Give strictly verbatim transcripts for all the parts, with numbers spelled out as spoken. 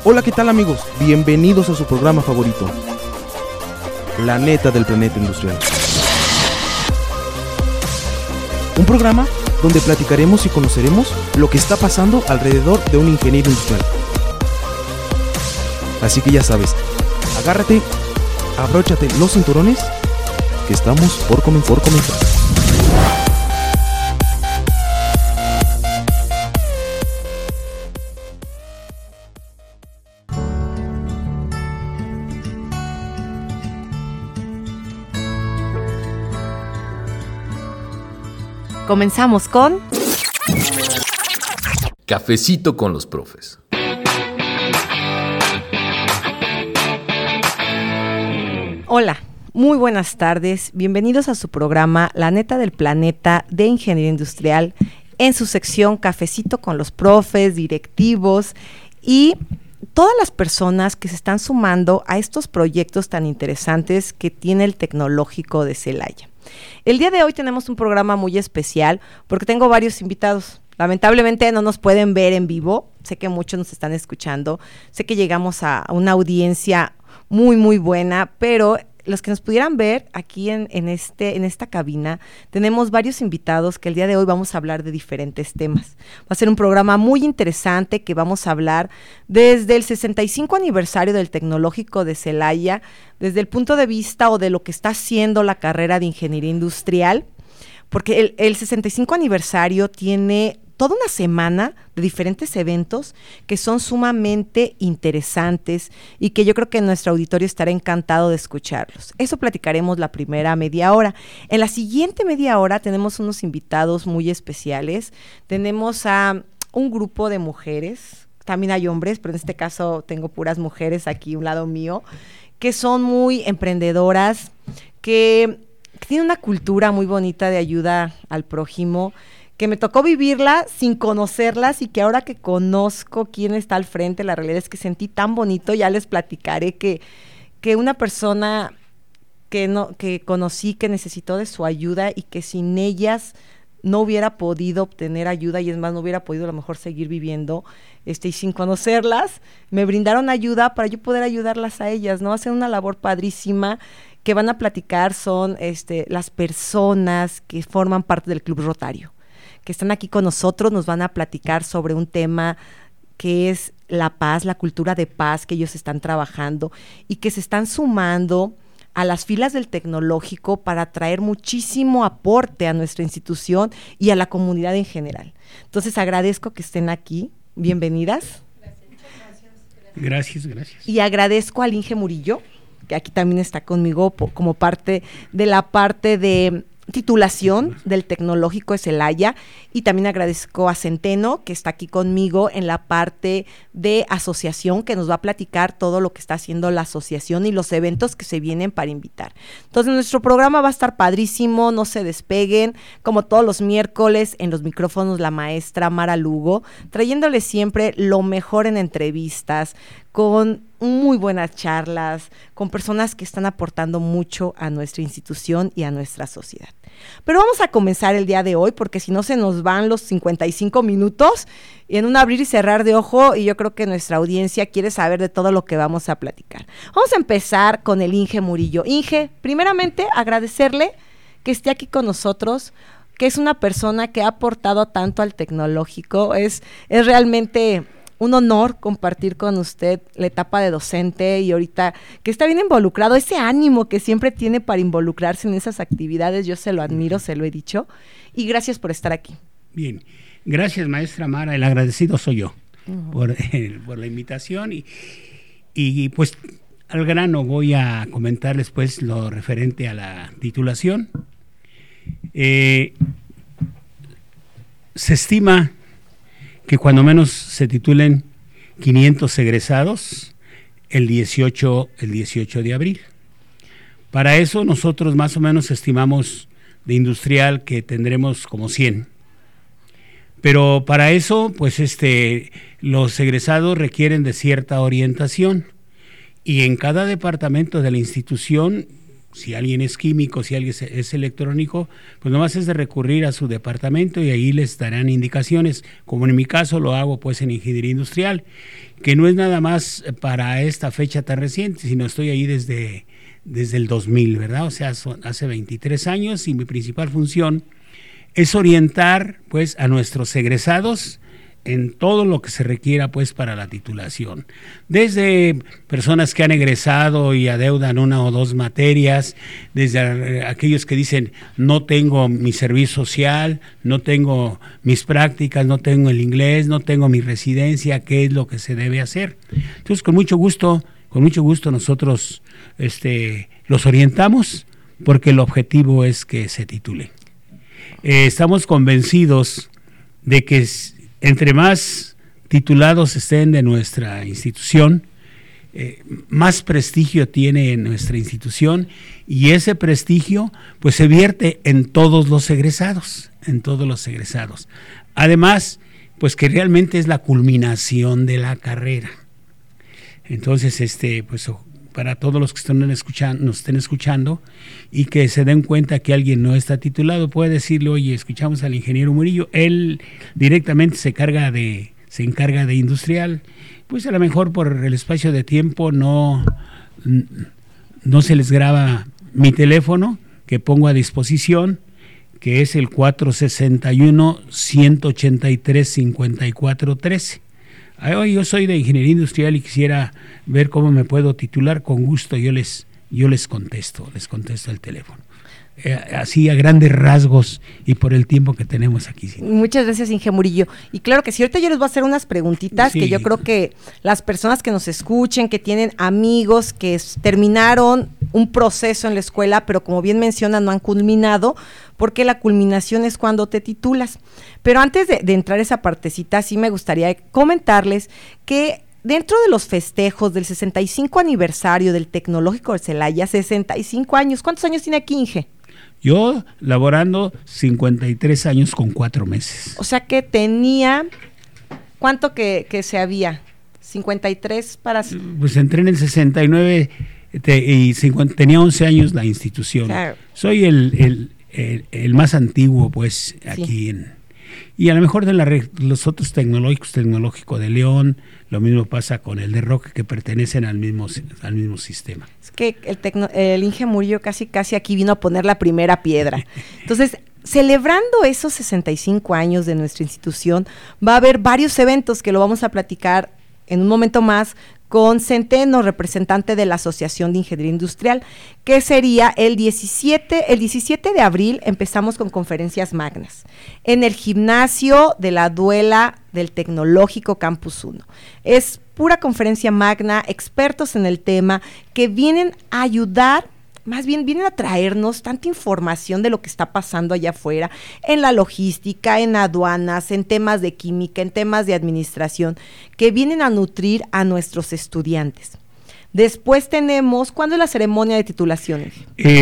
Hola, ¿qué tal amigos? Bienvenidos a su programa favorito, La Neta del Planeta Industrial. Un programa donde platicaremos y conoceremos lo que está pasando alrededor de un ingeniero industrial. Así que ya sabes, agárrate, abróchate los cinturones, que estamos por comenzar. Por comenzar. Comenzamos con Cafecito con los profes. Hola, muy buenas tardes. Bienvenidos a su programa La Neta del Planeta de Ingeniería Industrial, en su sección Cafecito con los profes, directivos y todas las personas que se están sumando a estos proyectos tan interesantes que tiene el Tecnológico de Celaya. El día de hoy tenemos un programa muy especial porque tengo varios invitados. Lamentablemente no nos pueden ver en vivo, sé que muchos nos están escuchando, sé que llegamos a una audiencia muy muy buena, pero los que nos pudieran ver aquí en, en, este, en esta cabina, tenemos varios invitados que el día de hoy vamos a hablar de diferentes temas. Va a ser un programa muy interesante que vamos a hablar desde el sesenta y cinco aniversario del Tecnológico de Celaya, desde el punto de vista o de lo que está haciendo la carrera de Ingeniería Industrial, porque el, el sesenta y cinco aniversario tiene toda una semana de diferentes eventos que son sumamente interesantes y que yo creo que nuestro auditorio estará encantado de escucharlos. Eso platicaremos la primera media hora. En la siguiente media hora tenemos unos invitados muy especiales. Tenemos a un grupo de mujeres, también hay hombres, pero en este caso tengo puras mujeres aquí a un lado mío, que son muy emprendedoras, que, que tienen una cultura muy bonita de ayuda al prójimo, que me tocó vivirla sin conocerlas y que ahora que conozco quién está al frente, la realidad es que sentí tan bonito. Ya les platicaré que, que una persona que, no, que conocí que necesitó de su ayuda y que sin ellas no hubiera podido obtener ayuda y es más, no hubiera podido a lo mejor seguir viviendo, este, y sin conocerlas, me brindaron ayuda para yo poder ayudarlas a ellas, ¿no? Hacen una labor padrísima. Que van a platicar son este, las personas que forman parte del Club Rotario, que están aquí con nosotros, nos van a platicar sobre un tema que es la paz, la cultura de paz que ellos están trabajando y que se están sumando a las filas del Tecnológico para traer muchísimo aporte a nuestra institución y a la comunidad en general. Entonces agradezco que estén aquí, bienvenidas. Gracias, gracias. Gracias. Y agradezco al Inge Murillo, que aquí también está conmigo po- como parte de la parte de titulación del Tecnológico de Celaya, y también agradezco a Centeno, que está aquí conmigo en la parte de asociación, que nos va a platicar todo lo que está haciendo la asociación y los eventos que se vienen para invitar. Entonces nuestro programa va a estar padrísimo, no se despeguen, como todos los miércoles en los micrófonos la maestra Mara Lugo, trayéndoles siempre lo mejor en entrevistas, con muy buenas charlas, con personas que están aportando mucho a nuestra institución y a nuestra sociedad. Pero vamos a comenzar el día de hoy, porque si no se nos van los cincuenta y cinco minutos en un abrir y cerrar de ojo, y yo creo que nuestra audiencia quiere saber de todo lo que vamos a platicar. Vamos a empezar con el Inge Murillo. Inge, primeramente agradecerle que esté aquí con nosotros, que es una persona que ha aportado tanto al Tecnológico, es, es realmente un honor compartir con usted la etapa de docente y ahorita que está bien involucrado, ese ánimo que siempre tiene para involucrarse en esas actividades, yo se lo admiro, se lo he dicho, y gracias por estar aquí. Bien, gracias maestra Mara, el agradecido soy yo uh-huh. por, eh, por la invitación y, y pues al grano voy a comentarles pues lo referente a la titulación. Eh, se estima que cuando menos se titulen quinientos egresados el dieciocho, el dieciocho de abril. Para eso nosotros más o menos estimamos de industrial que tendremos como cien. Pero para eso, pues este, los egresados requieren de cierta orientación y en cada departamento de la institución si alguien es químico, si alguien es electrónico, pues nomás es de recurrir a su departamento y ahí les darán indicaciones, como en mi caso lo hago pues en ingeniería industrial, que no es nada más para esta fecha tan reciente, sino estoy ahí desde, desde el dos mil, ¿verdad? O sea, son, hace veintitrés años, y mi principal función es orientar pues a nuestros egresados en todo lo que se requiera pues para la titulación, desde personas que han egresado y adeudan una o dos materias, desde aquellos que dicen no tengo mi servicio social, no tengo mis prácticas, no tengo el inglés, no tengo mi residencia, ¿qué es lo que se debe hacer? Entonces con mucho gusto, con mucho gusto nosotros este, los orientamos, porque el objetivo es que se titule. Eh, estamos convencidos de que entre más titulados estén de nuestra institución, eh, más prestigio tiene nuestra institución, y ese prestigio pues se vierte en todos los egresados, en todos los egresados. Además, pues que realmente es la culminación de la carrera. Entonces, este, pues para todos los que están escuchando, nos estén escuchando y que se den cuenta que alguien no está titulado, puede decirle, oye, escuchamos al ingeniero Murillo, él directamente se encarga de, se encarga de industrial, pues a lo mejor por el espacio de tiempo no, no se les graba mi teléfono que pongo a disposición, que es el cuatro sesenta y uno, ciento ochenta y tres, cincuenta y cuatro trece. Oye, yo soy de ingeniería industrial y quisiera ver cómo me puedo titular, con gusto yo les, yo les contesto, les contesto el teléfono. Eh, así a grandes rasgos y por el tiempo que tenemos aquí. ¿Sí? Muchas gracias, Inge Murillo. Y claro que sí, ahorita yo les voy a hacer unas preguntitas sí. que yo creo que las personas que nos escuchen, que tienen amigos que s- terminaron un proceso en la escuela, pero como bien mencionan, no han culminado, porque la culminación es cuando te titulas. Pero antes de, de entrar a esa partecita, sí me gustaría comentarles que dentro de los festejos del sesenta y cinco aniversario del Tecnológico de Celaya, sesenta y cinco años, ¿cuántos años tiene aquí, Inge? Yo laborando cincuenta y tres años con cuatro meses. O sea que tenía, ¿cuánto que, que se había? cincuenta y tres para... Pues entré en el sesenta y nueve te, y cincuenta, tenía once años la institución. Claro. Soy el, el, el, el más antiguo pues aquí sí. en... Y a lo mejor de la, los otros tecnológicos, tecnológico de León, lo mismo pasa con el de Roque, que pertenecen al mismo, al mismo sistema. Es que el, tecno, el Inge Murillo casi casi aquí vino a poner la primera piedra. Entonces, celebrando esos sesenta y cinco años de nuestra institución, va a haber varios eventos que lo vamos a platicar en un momento más con Centeno, representante de la Asociación de Ingeniería Industrial, que sería el diecisiete, el diecisiete de abril. Empezamos con conferencias magnas en el gimnasio de la Duela del Tecnológico Campus uno. Es pura conferencia magna, expertos en el tema que vienen a ayudar, más bien vienen a traernos tanta información de lo que está pasando allá afuera, en la logística, en aduanas, en temas de química, en temas de administración, que vienen a nutrir a nuestros estudiantes. Después tenemos, ¿cuándo es la ceremonia de titulaciones?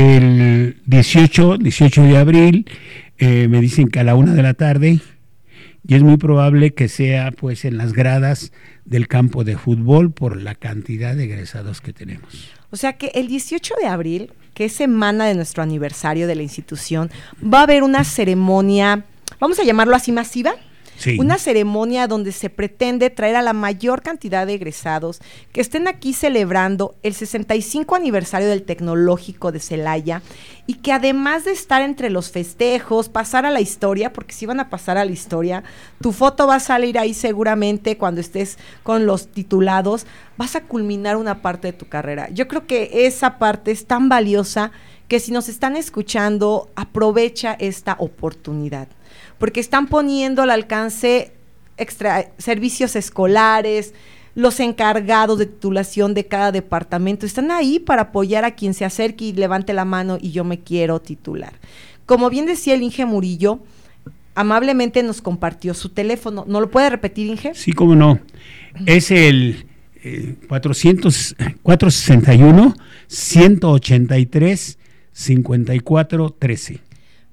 El dieciocho de abril, eh, me dicen que a la una de la tarde, y es muy probable que sea pues en las gradas del campo de fútbol por la cantidad de egresados que tenemos. O sea que el dieciocho de abril, que es semana de nuestro aniversario de la institución, va a haber una ceremonia, vamos a llamarlo así, masiva. Sí. Una ceremonia donde se pretende traer a la mayor cantidad de egresados que estén aquí celebrando el sesenta y cinco aniversario del Tecnológico de Celaya, y que además de estar entre los festejos, pasar a la historia, porque si van a pasar a la historia, tu foto va a salir ahí seguramente cuando estés con los titulados, vas a culminar una parte de tu carrera. Yo creo que esa parte es tan valiosa que si nos están escuchando, aprovecha esta oportunidad, porque están poniendo al alcance extra, servicios escolares, los encargados de titulación de cada departamento, están ahí para apoyar a quien se acerque y levante la mano y yo me quiero titular. Como bien decía el Inge Murillo, amablemente nos compartió su teléfono. ¿No lo puede repetir, Inge? Sí, cómo no. Es el eh, cuatrocientos, cuatrocientos sesenta y uno, ciento ochenta y tres, cincuenta y cuatro trece.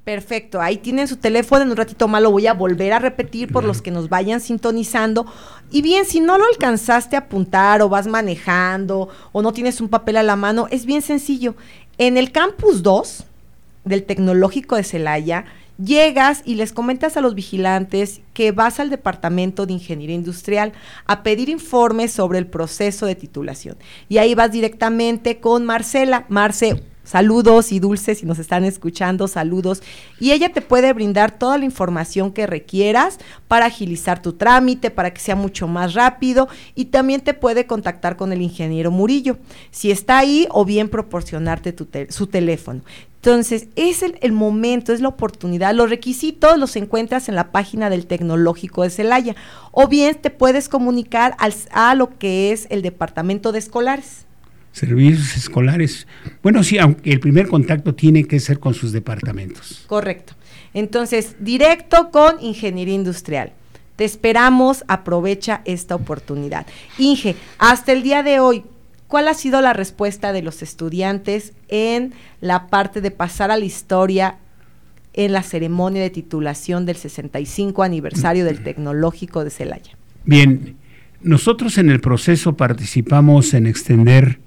Perfecto, ahí tienen su teléfono, en un ratito más lo voy a volver a repetir por los que nos vayan sintonizando. Y bien, si no lo alcanzaste a apuntar o vas manejando o no tienes un papel a la mano, es bien sencillo. En el Campus dos del Tecnológico de Celaya, llegas y les comentas a los vigilantes que vas al Departamento de Ingeniería Industrial a pedir informes sobre el proceso de titulación. Y ahí vas directamente con Marcela. Marce, saludos, y Dulce, si nos están escuchando, saludos. Y ella te puede brindar toda la información que requieras para agilizar tu trámite, para que sea mucho más rápido, y también te puede contactar con el ingeniero Murillo, si está ahí, o bien proporcionarte tu te- su teléfono. Entonces, es el, el momento, es la oportunidad. Los requisitos los encuentras en la página del Tecnológico de Celaya, o bien te puedes comunicar al, a lo que es el Departamento de Escolares. Servicios escolares. Bueno, sí, aunque el primer contacto tiene que ser con sus departamentos. Correcto. Entonces, directo con Ingeniería Industrial. Te esperamos, aprovecha esta oportunidad. Inge, hasta el día de hoy, ¿cuál ha sido la respuesta de los estudiantes en la parte de pasar a la historia en la ceremonia de titulación del sesenta y cinco aniversario del Tecnológico de Celaya? Bien, nosotros en el proceso participamos en extender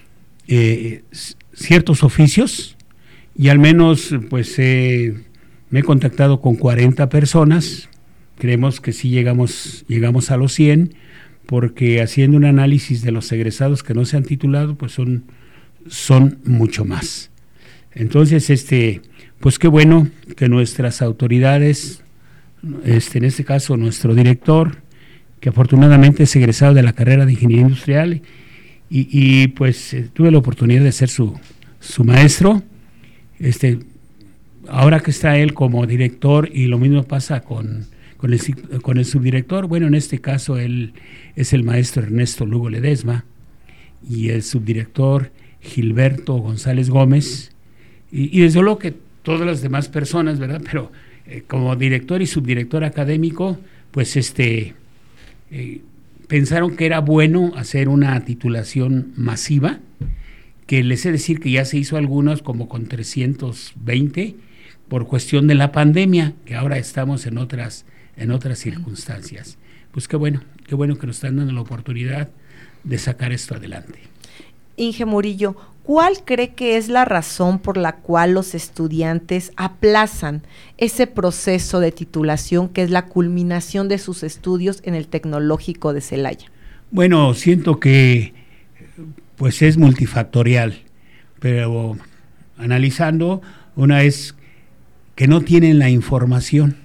eh, ciertos oficios, y al menos pues eh, me he contactado con cuarenta personas. Creemos que sí llegamos, llegamos a los cien, porque haciendo un análisis de los egresados que no se han titulado, pues son, son mucho más. Entonces, este, pues qué bueno que nuestras autoridades, este, en este caso nuestro director, que afortunadamente es egresado de la carrera de Ingeniería Industrial, y, y pues eh, tuve la oportunidad de ser su, su maestro. Este, ahora que está él como director, y lo mismo pasa con, con, el, con el subdirector, bueno, en este caso él es el maestro Ernesto Lugo Ledesma, y el subdirector Gilberto González Gómez, y, y desde luego que todas las demás personas, ¿verdad? Pero eh, como director y subdirector académico, pues este eh, pensaron que era bueno hacer una titulación masiva, que les he de decir que ya se hizo algunos como con trescientos veinte por cuestión de la pandemia, que ahora estamos en otras, en otras circunstancias. Pues qué bueno, qué bueno que nos están dando la oportunidad de sacar esto adelante. Inge Murillo, ¿cuál cree que es la razón por la cual los estudiantes aplazan ese proceso de titulación, que es la culminación de sus estudios en el Tecnológico de Celaya? Bueno, siento que pues es multifactorial, pero analizando, una es que no tienen la información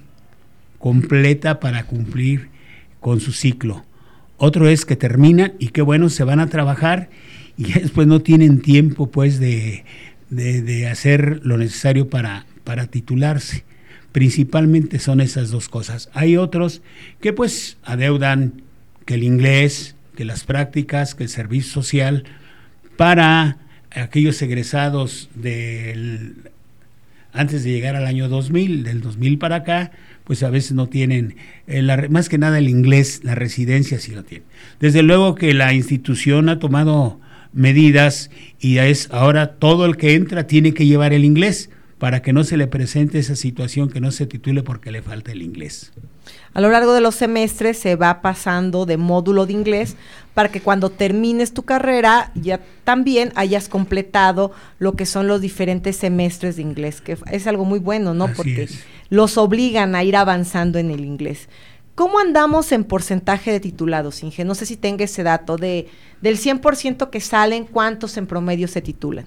completa para cumplir con su ciclo. Otro es que terminan y qué bueno, se van a trabajar y después no tienen tiempo pues de, de, de hacer lo necesario para, para titularse. Principalmente son esas dos cosas. Hay otros que pues adeudan que el inglés, que las prácticas, que el servicio social, para aquellos egresados del antes de llegar al año dos mil, del dos mil para acá, pues a veces no tienen, eh, la, más que nada el inglés, la residencia sí lo tienen. Desde luego que la institución ha tomado medidas y es ahora todo el que entra tiene que llevar el inglés para que no se le presente esa situación que no se titule porque le falta el inglés. A lo largo de los semestres se va pasando de módulo de inglés para que cuando termines tu carrera ya también hayas completado lo que son los diferentes semestres de inglés, que es algo muy bueno, ¿no? Así Porque es. los obligan a ir avanzando en el inglés. ¿Cómo andamos en porcentaje de titulados, Inge? No sé si tenga ese dato de del cien por ciento que salen, ¿cuántos en promedio se titulan?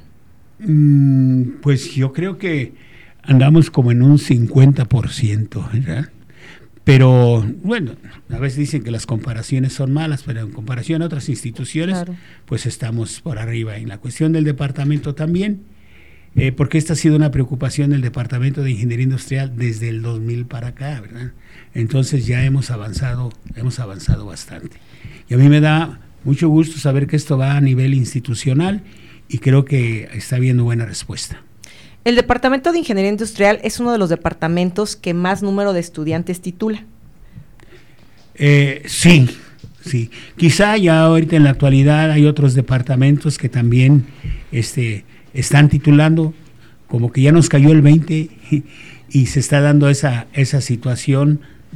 Mm, pues yo creo que andamos como en un cincuenta por ciento, ¿verdad? Pero bueno, a veces dicen que las comparaciones son malas, pero en comparación a otras instituciones, claro, pues estamos por arriba. En la cuestión del departamento también, eh, porque esta ha sido una preocupación del Departamento de Ingeniería Industrial desde el dos mil para acá, ¿verdad? Entonces ya hemos avanzado, hemos avanzado bastante. Y a mí me da mucho gusto saber que esto va a nivel institucional y creo que está habiendo buena respuesta. El Departamento de Ingeniería Industrial es uno de los departamentos que más número de estudiantes titula. Eh, sí, sí. Quizá ya ahorita en la actualidad hay otros departamentos que también este, están titulando, como que ya nos cayó el veinte y, y se está dando esa, esa situación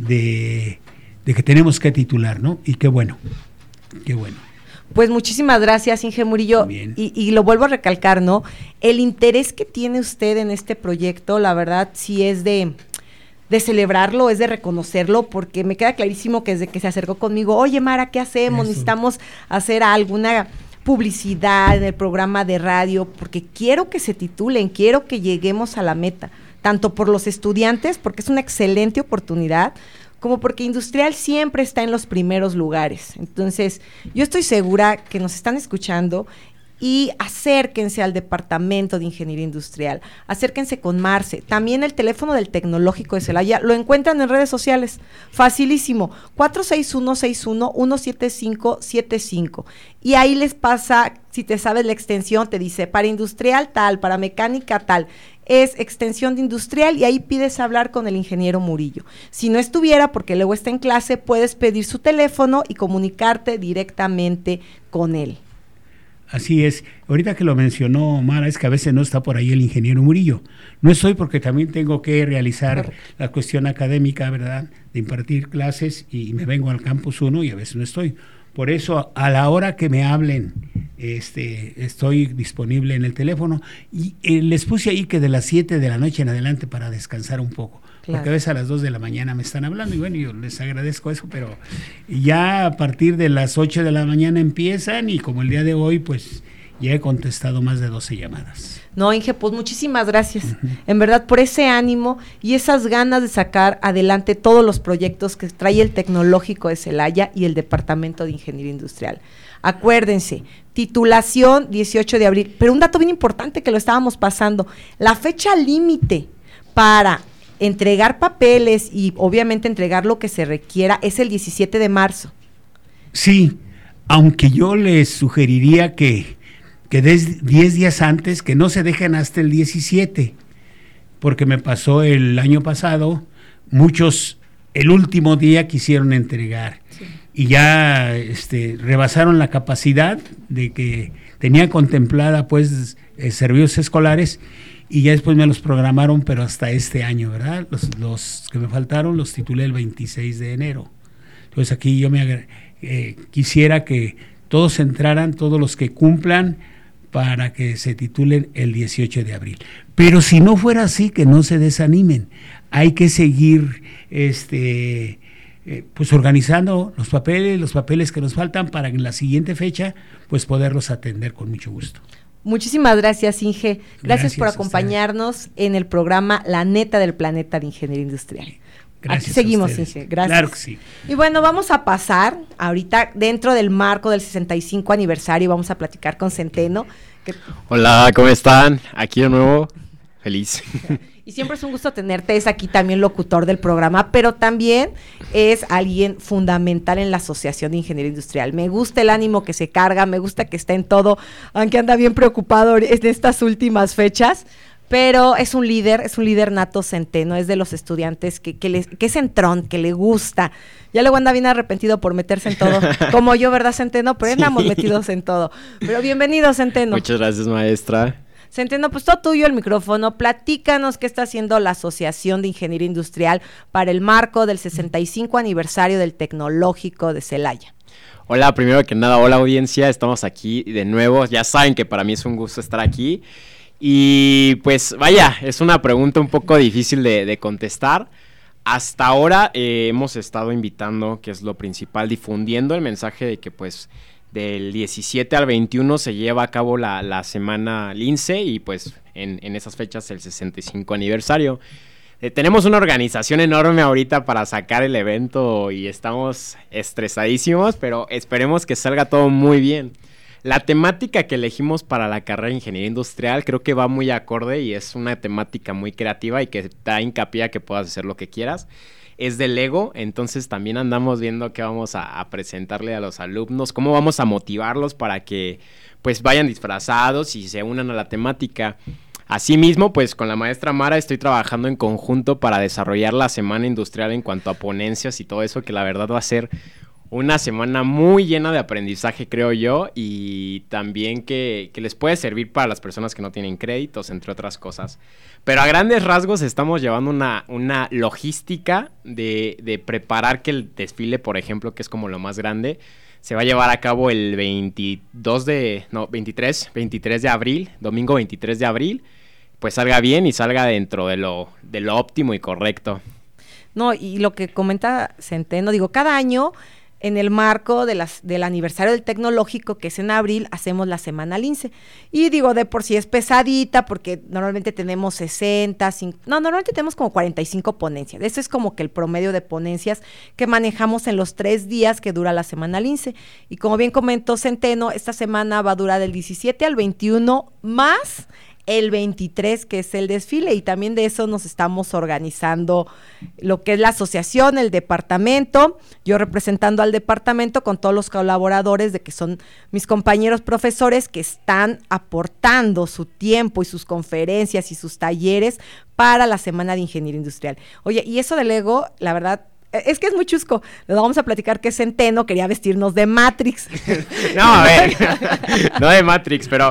de, de que tenemos que titular, ¿no? Y qué bueno, qué bueno. Pues muchísimas gracias, Inge Murillo, y, y lo vuelvo a recalcar, ¿no? El interés que tiene usted en este proyecto, la verdad, sí es de, de celebrarlo, es de reconocerlo, porque me queda clarísimo que desde que se acercó conmigo, oye, Mara, ¿qué hacemos? Eso. Necesitamos hacer alguna publicidad en el programa de radio, porque quiero que se titulen, quiero que lleguemos a la meta, tanto por los estudiantes, porque es una excelente oportunidad, como porque Industrial siempre está en los primeros lugares. Entonces, yo estoy segura que nos están escuchando y acérquense al Departamento de Ingeniería Industrial, acérquense con Marce, también el teléfono del Tecnológico de Celaya, lo encuentran en redes sociales, facilísimo, cuatro seis uno, seis uno, uno siete cinco siete cinco, y ahí les pasa, si te sabes la extensión, te dice, para industrial tal, para mecánica tal, es extensión de industrial, y ahí pides hablar con el ingeniero Murillo. Si no estuviera, porque luego está en clase, puedes pedir su teléfono y comunicarte directamente con él. Así es. Ahorita que lo mencionó Mara, es que a veces no está por ahí el ingeniero Murillo. No estoy porque también tengo que realizar Correcto. La cuestión académica, ¿verdad?, de impartir clases, y me vengo al campus uno y a veces no estoy. Por eso, a la hora que me hablen, este, estoy disponible en el teléfono, y eh, les puse ahí que de las siete de la noche en adelante para descansar un poco. Claro. Porque a veces a las dos de la mañana me están hablando, y bueno, yo les agradezco eso, pero ya a partir de las ocho de la mañana empiezan, y como el día de hoy, pues ya he contestado más de doce llamadas. No, Inge, pues muchísimas gracias, uh-huh. en verdad, por ese ánimo y esas ganas de sacar adelante todos los proyectos que trae el Tecnológico de Celaya y el Departamento de Ingeniería Industrial. Acuérdense, titulación dieciocho de abril, pero un dato bien importante que lo estábamos pasando, la fecha límite para entregar papeles y obviamente entregar lo que se requiera es el diecisiete de marzo. Sí, aunque yo les sugeriría que que des diez días antes, que no se dejen hasta el diecisiete, porque me pasó el año pasado, muchos el último día quisieron entregar, sí. y ya este, rebasaron la capacidad de que tenía contemplada pues eh, servicios escolares, y ya después me los programaron, pero hasta este año, ¿verdad? Los, los que me faltaron los titulé el veintiséis de enero. Entonces aquí yo me eh, quisiera que todos entraran, todos los que cumplan, para que se titulen el dieciocho de abril. Pero si no fuera así, que no se desanimen. Hay que seguir este, eh, pues organizando los papeles, los papeles que nos faltan, para en la siguiente fecha pues poderlos atender con mucho gusto. Muchísimas gracias, Inge. Gracias, gracias por acompañarnos en el programa La Neta del Planeta de Ingeniería Industrial. Gracias. Aquí seguimos, Inge. Gracias. Claro que sí. Y bueno, vamos a pasar ahorita dentro del marco del sesenta y cinco aniversario, vamos a platicar con Centeno. Que... Hola, ¿cómo están? Aquí de nuevo, feliz. Y siempre es un gusto tenerte, es aquí también locutor del programa, pero también es alguien fundamental en la Asociación de Ingeniería Industrial. Me gusta el ánimo que se carga, me gusta que está en todo, aunque anda bien preocupado en estas últimas fechas. Pero es un líder, es un líder nato, Centeno, es de los estudiantes que, que, les, que es entrón, que le gusta. Ya luego anda bien arrepentido por meterse en todo, como yo, ¿verdad, Centeno? Pero sí. Andamos metidos en todo. Pero bienvenido, Centeno. Muchas gracias, maestra. Centeno, pues todo tuyo el micrófono. Platícanos qué está haciendo la Asociación de Ingeniería Industrial para el marco del sesenta y cinco aniversario del Tecnológico de Celaya. Hola, primero que nada, hola audiencia, estamos aquí de nuevo. Ya saben que para mí es un gusto estar aquí. Y pues vaya, es una pregunta un poco difícil de, de contestar. Hasta ahora eh, hemos estado invitando, que es lo principal, difundiendo el mensaje de que pues del diecisiete al veintiuno se lleva a cabo la, la semana Lince, y pues en, en esas fechas el sesenta y cinco aniversario. Eh, tenemos una organización enorme ahorita para sacar el evento y estamos estresadísimos, pero esperemos que salga todo muy bien. La temática que elegimos para la carrera de Ingeniería Industrial creo que va muy acorde y es una temática muy creativa y que da hincapié a que puedas hacer lo que quieras. Es de Lego, entonces también andamos viendo qué vamos a, a presentarle a los alumnos, cómo vamos a motivarlos para que pues vayan disfrazados y se unan a la temática. Asimismo, pues con la maestra Mara estoy trabajando en conjunto para desarrollar la semana industrial en cuanto a ponencias y todo eso, que la verdad va a ser una semana muy llena de aprendizaje, creo yo, y también que, que les puede servir para las personas que no tienen créditos, entre otras cosas. Pero a grandes rasgos estamos llevando una, una logística de, de preparar que el desfile, por ejemplo, que es como lo más grande, se va a llevar a cabo el veintidós de, no, veintitrés, veintitrés de abril, domingo veintitrés de abril, pues salga bien y salga dentro de lo, de lo óptimo y correcto. No, y lo que comenta Centeno, digo, cada año en el marco de las, del aniversario del Tecnológico, que es en abril, hacemos la Semana Lince. Y digo, de por sí es pesadita, porque normalmente tenemos sesenta, cinco, no, normalmente tenemos como cuarenta y cinco ponencias. Ese es como que el promedio de ponencias que manejamos en los tres días que dura la Semana Lince. Y como bien comentó Centeno, esta semana va a durar del diecisiete al veintiuno, más el veintitrés, que es el desfile, y también de eso nos estamos organizando lo que es la asociación, el departamento, yo representando al departamento con todos los colaboradores, de que son mis compañeros profesores que están aportando su tiempo y sus conferencias y sus talleres para la Semana de Ingeniería Industrial. Oye, y eso del Lego, la verdad, es que es muy chusco. Les vamos a platicar que Centeno quería vestirnos de Matrix. No, a ver, no de Matrix, pero...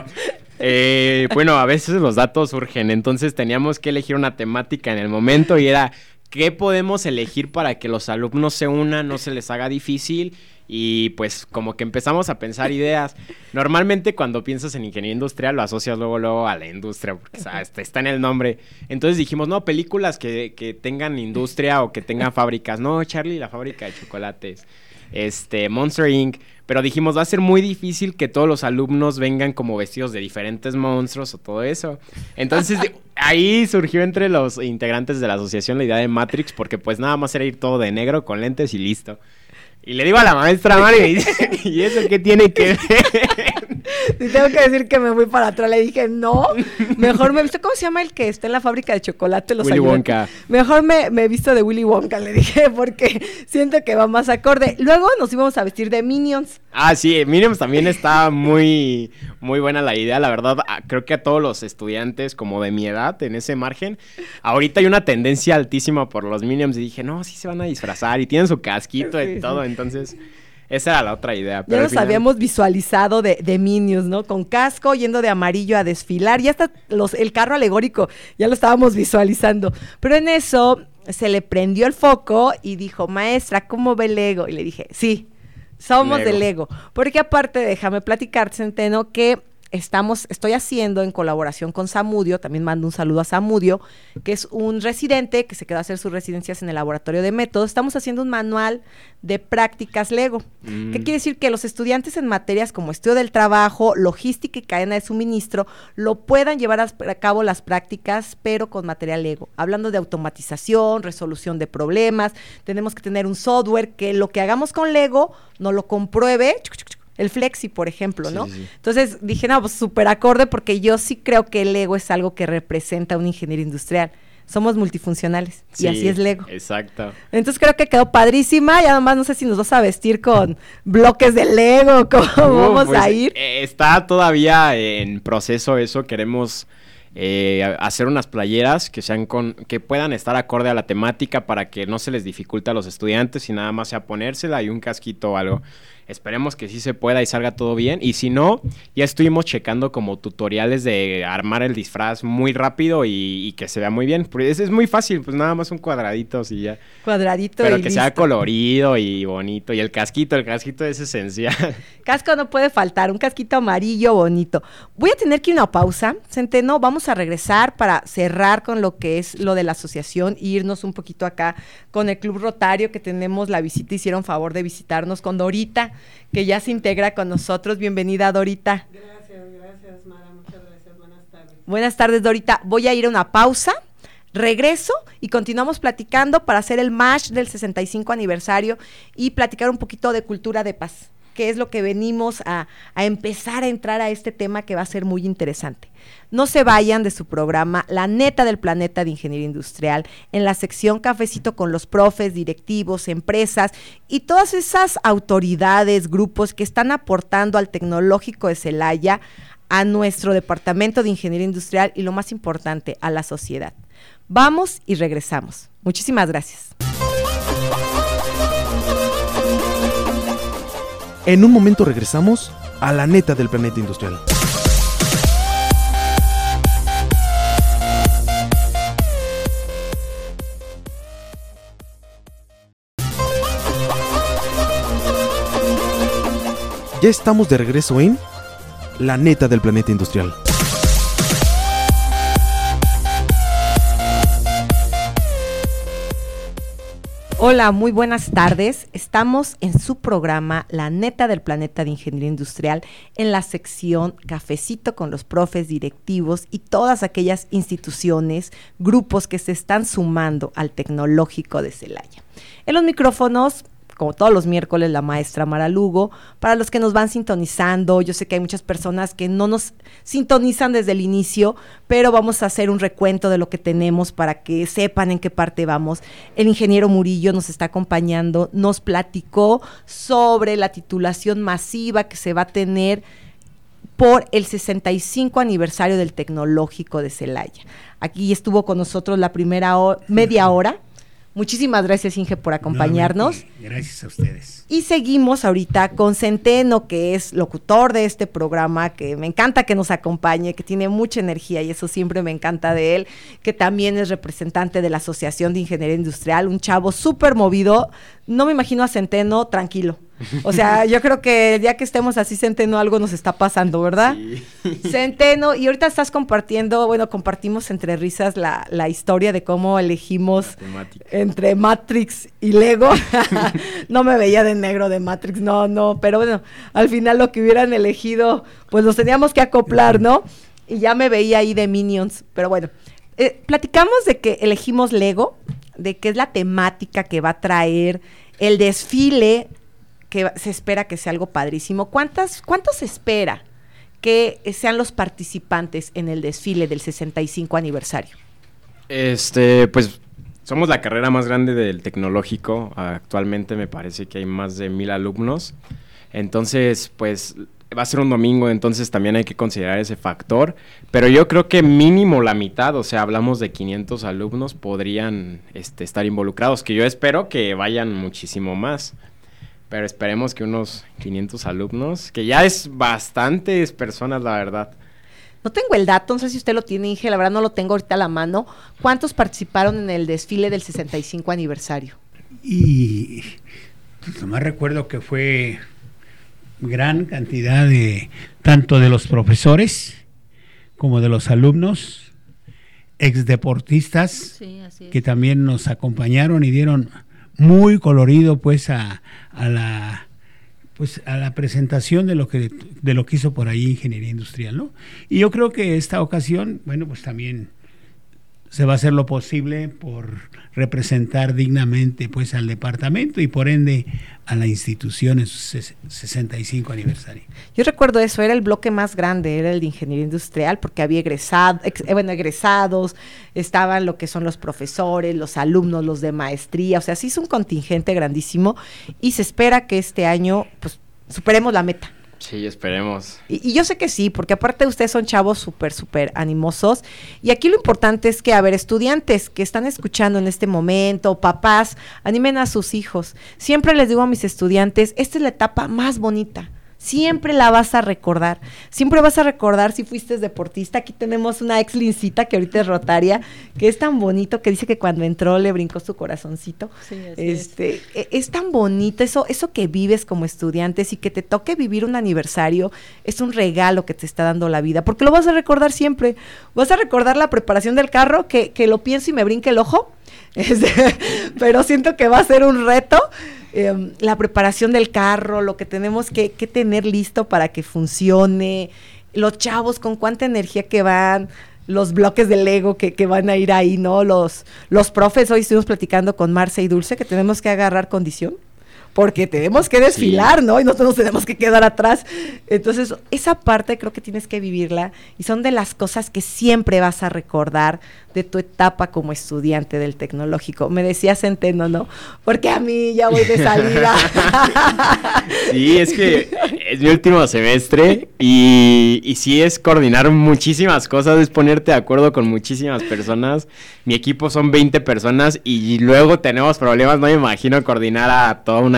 Eh, bueno, a veces los datos surgen, entonces teníamos que elegir una temática en el momento y era ¿qué podemos elegir para que los alumnos se unan, no se les haga difícil? Y pues como que empezamos a pensar ideas. Normalmente cuando piensas en ingeniería industrial lo asocias luego luego a la industria, porque ¿sabes? Está en el nombre. Entonces dijimos, no, películas que, que tengan industria o que tengan fábricas. No, Charlie, la fábrica de chocolates. Este, Monster incorporated. Pero dijimos, va a ser muy difícil que todos los alumnos vengan como vestidos de diferentes monstruos o todo eso. Entonces, ahí surgió entre los integrantes de la asociación la idea de Matrix, porque pues nada más era ir todo de negro con lentes y listo. Y le digo a la maestra Mari, y me dice, ¿y eso qué tiene que ver? Si tengo que decir que me fui para atrás, le dije, no, mejor me visto, ¿cómo se llama el que está en la fábrica de chocolate? Los Willy ayudantes? Wonka. Mejor me, me visto de Willy Wonka, le dije, porque siento que va más acorde. Luego nos íbamos a vestir de Minions. Ah, sí, Minions también está muy, muy buena la idea, la verdad, creo que a todos los estudiantes como de mi edad, en ese margen, ahorita hay una tendencia altísima por los Minions, y dije, no, sí se van a disfrazar, y tienen su casquito sí, y todo, sí. Entonces, esa era la otra idea. Ya Pero nos final... habíamos visualizado de, de Minions, ¿no? Con casco, yendo de amarillo a desfilar, ya hasta los, el carro alegórico, ya lo estábamos visualizando. Pero en eso se le prendió el foco y dijo, maestra, ¿cómo ve el Lego? Y le dije, sí, somos Lego. del Lego. Porque aparte, déjame platicar, Centeno, que estamos, estoy haciendo en colaboración con Samudio, también mando un saludo a Samudio, que es un residente que se quedó a hacer sus residencias en el laboratorio de métodos. Estamos haciendo un manual de prácticas Lego. Mm. ¿Qué quiere decir? Que los estudiantes en materias como estudio del trabajo, logística y cadena de suministro, lo puedan llevar a cabo las prácticas, pero con material Lego. Hablando de automatización, resolución de problemas, tenemos que tener un software que lo que hagamos con Lego nos lo compruebe, el Flexi, por ejemplo, ¿no? Sí, sí. Entonces dije, no, pues súper acorde, porque yo sí creo que el Lego es algo que representa un ingeniero industrial. Somos multifuncionales, sí, y así es Lego. Exacto. Entonces creo que quedó padrísima, y además no sé si nos vas a vestir con bloques de Lego, cómo uh, vamos pues, a ir. Eh, está todavía en proceso eso, queremos... Eh, hacer unas playeras que sean con, que puedan estar acorde a la temática para que no se les dificulte a los estudiantes y nada más sea ponérsela y un casquito o algo. Esperemos que sí se pueda y salga todo bien, y si no, ya estuvimos checando como tutoriales de armar el disfraz muy rápido y, y que se vea muy bien. Pues es muy fácil, pues nada más un cuadradito y ya. Cuadradito Pero y que listo. sea colorido y bonito, y el casquito, el casquito es esencial. Casco no puede faltar, un casquito amarillo bonito. Voy a tener que ir a una pausa, Centeno, vamos a regresar para cerrar con lo que es lo de la asociación, e irnos un poquito acá con el Club Rotario, que tenemos la visita, hicieron favor de visitarnos con Dorita, que ya se integra con nosotros. Bienvenida, Dorita. Gracias, gracias, Mara, muchas gracias, buenas tardes. Buenas tardes, Dorita. Voy a ir a una pausa, regreso y continuamos platicando para hacer el MASH del sesenta y cinco aniversario y platicar un poquito de cultura de paz, que es lo que venimos a, a empezar a entrar a este tema que va a ser muy interesante. No se vayan de su programa La Neta del Planeta de Ingeniería Industrial, en la sección Cafecito con los profes, directivos, empresas y todas esas autoridades, grupos que están aportando al Tecnológico de Celaya, a nuestro Departamento de Ingeniería Industrial y, lo más importante, a la sociedad. Vamos y regresamos. Muchísimas gracias. En un momento regresamos a la neta del planeta industrial. Ya estamos de regreso en la neta del planeta industrial. Hola, muy buenas tardes. Estamos en su programa La Neta del Planeta de Ingeniería Industrial, en la sección Cafecito con los profes, directivos y todas aquellas instituciones, grupos que se están sumando al Tecnológico de Celaya. En los micrófonos, como todos los miércoles, la maestra Mara Lugo. Para los que nos van sintonizando, yo sé que hay muchas personas que no nos sintonizan desde el inicio, pero vamos a hacer un recuento de lo que tenemos para que sepan en qué parte vamos. El ingeniero Murillo nos está acompañando, nos platicó sobre la titulación masiva que se va a tener por el sesenta y cinco aniversario del Tecnológico de Celaya. Aquí estuvo con nosotros la primera ho- media hora. Muchísimas gracias, Inge, por acompañarnos. No, gracias a ustedes. Y seguimos ahorita con Centeno, que es locutor de este programa, que me encanta que nos acompañe, que tiene mucha energía y eso siempre me encanta de él, que también es representante de la Asociación de Ingeniería Industrial, un chavo súper movido. No me imagino a Centeno tranquilo. O sea, yo creo que el día que estemos así, Centeno, algo nos está pasando, ¿verdad? Sí. Centeno, y ahorita estás compartiendo, bueno, compartimos entre risas la, la historia de cómo elegimos entre Matrix y Lego. No me veía de negro de Matrix, no, no, pero bueno, al final lo que hubieran elegido, pues los teníamos que acoplar, ¿no? Y ya me veía ahí de Minions, pero bueno, eh, platicamos de que elegimos Lego, de que es la temática que va a traer el desfile, que se espera que sea algo padrísimo. ¿Cuántas, ¿Cuántos se espera que sean los participantes en el desfile del sesenta y cinco aniversario? Este, pues somos la carrera más grande del Tecnológico. Actualmente me parece que hay más de mil alumnos. Entonces, pues va a ser un domingo, entonces también hay que considerar ese factor. Pero yo creo que mínimo la mitad, o sea, hablamos de quinientos alumnos, podrían este, estar involucrados, que yo espero que vayan muchísimo más. Pero esperemos que unos quinientos alumnos, que ya es bastantes personas, la verdad. No tengo el dato, no sé si usted lo tiene, Inge, la verdad no lo tengo ahorita a la mano. ¿Cuántos participaron en el desfile del sesenta y cinco aniversario? Y pues, nomás recuerdo que fue gran cantidad de, tanto de los profesores como de los alumnos, exdeportistas, sí, así es, que también nos acompañaron y dieron muy colorido pues a, a la pues a la presentación de lo que de lo que hizo por ahí Ingeniería Industrial, ¿no? Y yo creo que esta ocasión, bueno, pues también se va a hacer lo posible por representar dignamente pues al departamento y por ende a la institución en su sesenta y cinco aniversario. Yo recuerdo eso, era el bloque más grande, era el de Ingeniería Industrial, porque había egresado, ex, eh, bueno, egresados, estaban lo que son los profesores, los alumnos, los de maestría, o sea, sí es un contingente grandísimo y se espera que este año pues superemos la meta. Sí, esperemos. Y, y yo sé que sí, porque aparte ustedes son chavos súper, súper animosos. Y aquí lo importante es que, a ver, estudiantes que están escuchando en este momento, papás, animen a sus hijos. Siempre les digo a mis estudiantes, esta es la etapa más bonita. Siempre la vas a recordar. Siempre vas a recordar si fuiste deportista. Aquí tenemos una ex lincita que ahorita es rotaria, que es tan bonito, que dice que cuando entró le brincó su corazoncito. Sí, así este, es. es tan bonito eso, eso que vives como estudiantes y que te toque vivir un aniversario, es un regalo que te está dando la vida, porque lo vas a recordar siempre. Vas a recordar la preparación del carro, que, que lo pienso y me brinca el ojo, este, pero siento que va a ser un reto. Eh, la preparación del carro, lo que tenemos que, que tener listo para que funcione, los chavos con cuánta energía que van, los bloques de Lego que, que van a ir ahí, ¿no? Los, los profes, hoy estuvimos platicando con Marce y Dulce que tenemos que agarrar condición, porque tenemos que desfilar, sí, ¿no? Y nosotros nos tenemos que quedar atrás. Entonces, esa parte creo que tienes que vivirla y son de las cosas que siempre vas a recordar de tu etapa como estudiante del Tecnológico. Me decía Centeno, ¿no? Porque a mí ya voy de salida. Sí, es que es mi último semestre y, y sí es coordinar muchísimas cosas, es ponerte de acuerdo con muchísimas personas. Mi equipo son veinte personas y luego tenemos problemas, no me imagino coordinar a toda una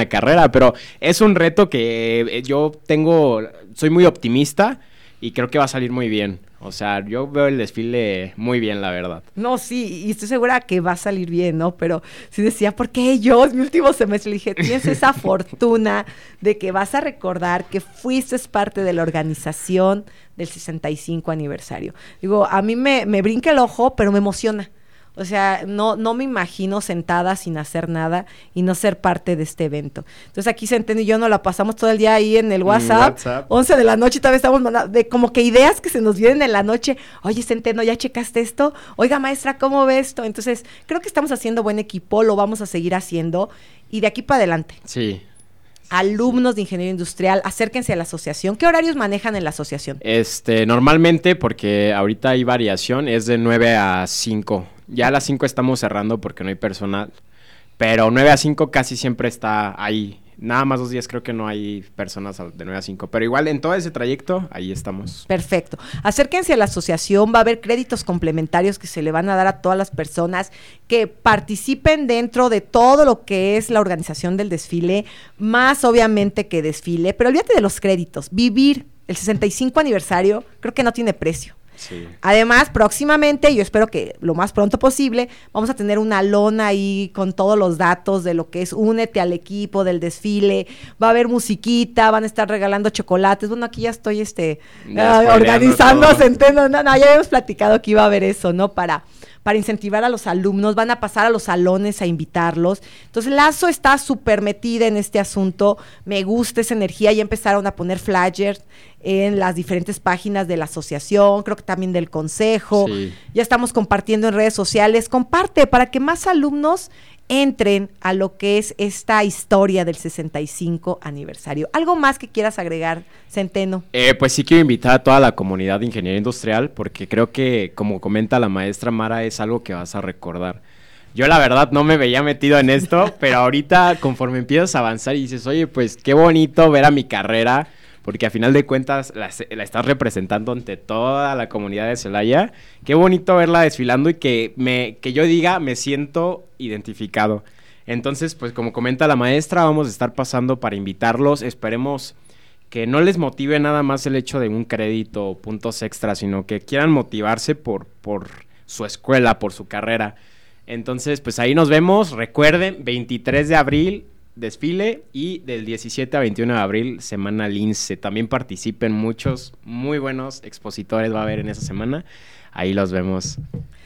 la carrera, pero es un reto que yo tengo, soy muy optimista y creo que va a salir muy bien. O sea, yo veo el desfile muy bien, la verdad. No, sí, y estoy segura que va a salir bien, ¿no? Pero sí decía, ¿por qué yo? Es mi último semestre. Le dije, tienes esa fortuna de que vas a recordar que fuiste parte de la organización del sesenta y cinco aniversario. Digo, a mí me, me brinca el ojo, pero me emociona. O sea, no, no me imagino sentada sin hacer nada y no ser parte de este evento. Entonces aquí Centeno y yo nos la pasamos todo el día ahí en el WhatsApp, WhatsApp. once de la noche, y todavía estamos mandando, de como que ideas que se nos vienen en la noche. Oye, Centeno, ¿ya checaste esto? Oiga, maestra, ¿cómo ves esto? Entonces, creo que estamos haciendo buen equipo, lo vamos a seguir haciendo y de aquí para adelante. Sí. Alumnos de Ingeniería Industrial, acérquense a la asociación. ¿Qué horarios manejan en la asociación? Este, normalmente, porque ahorita hay variación, es de nueve a cinco. Ya a las cinco estamos cerrando porque no hay personal, pero nueve a cinco casi siempre está ahí. Nada más dos días creo que no hay personas de nueve a cinco, pero igual en todo ese trayecto, ahí estamos. Perfecto. Acérquense a la asociación, va a haber créditos complementarios que se le van a dar a todas las personas que participen dentro de todo lo que es la organización del desfile, más obviamente que desfile, pero olvídate de los créditos. Vivir el sesenta y cinco aniversario creo que no tiene precio. Sí. Además, próximamente, yo espero que lo más pronto posible, vamos a tener una lona ahí con todos los datos de lo que es únete al equipo del desfile, va a haber musiquita, van a estar regalando chocolates. Bueno, aquí ya estoy este Ya uh, organizando, todo. Centeno, no, no, ya habíamos platicado que iba a haber eso, ¿no? Para para incentivar a los alumnos, van a pasar a los salones a invitarlos. Entonces, Lazo está súper metida en este asunto, me gusta esa energía, ya empezaron a poner flyers en las diferentes páginas de la asociación, creo que también del consejo, Sí. ya estamos compartiendo en redes sociales, comparte para que más alumnos entren a lo que es esta historia del sesenta y cinco aniversario. ¿Algo más que quieras agregar, Centeno? Eh, pues sí quiero invitar a toda la comunidad de ingeniería industrial porque creo que, como comenta la maestra Mara, es algo que vas a recordar. Yo la verdad no me veía metido en esto, pero ahorita conforme empiezas a avanzar y dices, oye, pues qué bonito ver a mi carrera, porque a final de cuentas la, la estás representando ante toda la comunidad de Celaya. Qué bonito verla desfilando y que, me, que yo diga, me siento identificado. Entonces, pues como comenta la maestra, vamos a estar pasando para invitarlos. Esperemos que no les motive nada más el hecho de un crédito o puntos extra, sino que quieran motivarse por, por su escuela, por su carrera. Entonces, pues ahí nos vemos. Recuerden, veintitrés de abril, desfile, y del diecisiete a veintiuno de abril, semana Lince. También participen muchos, muy buenos expositores va a haber en esa semana. Ahí los vemos.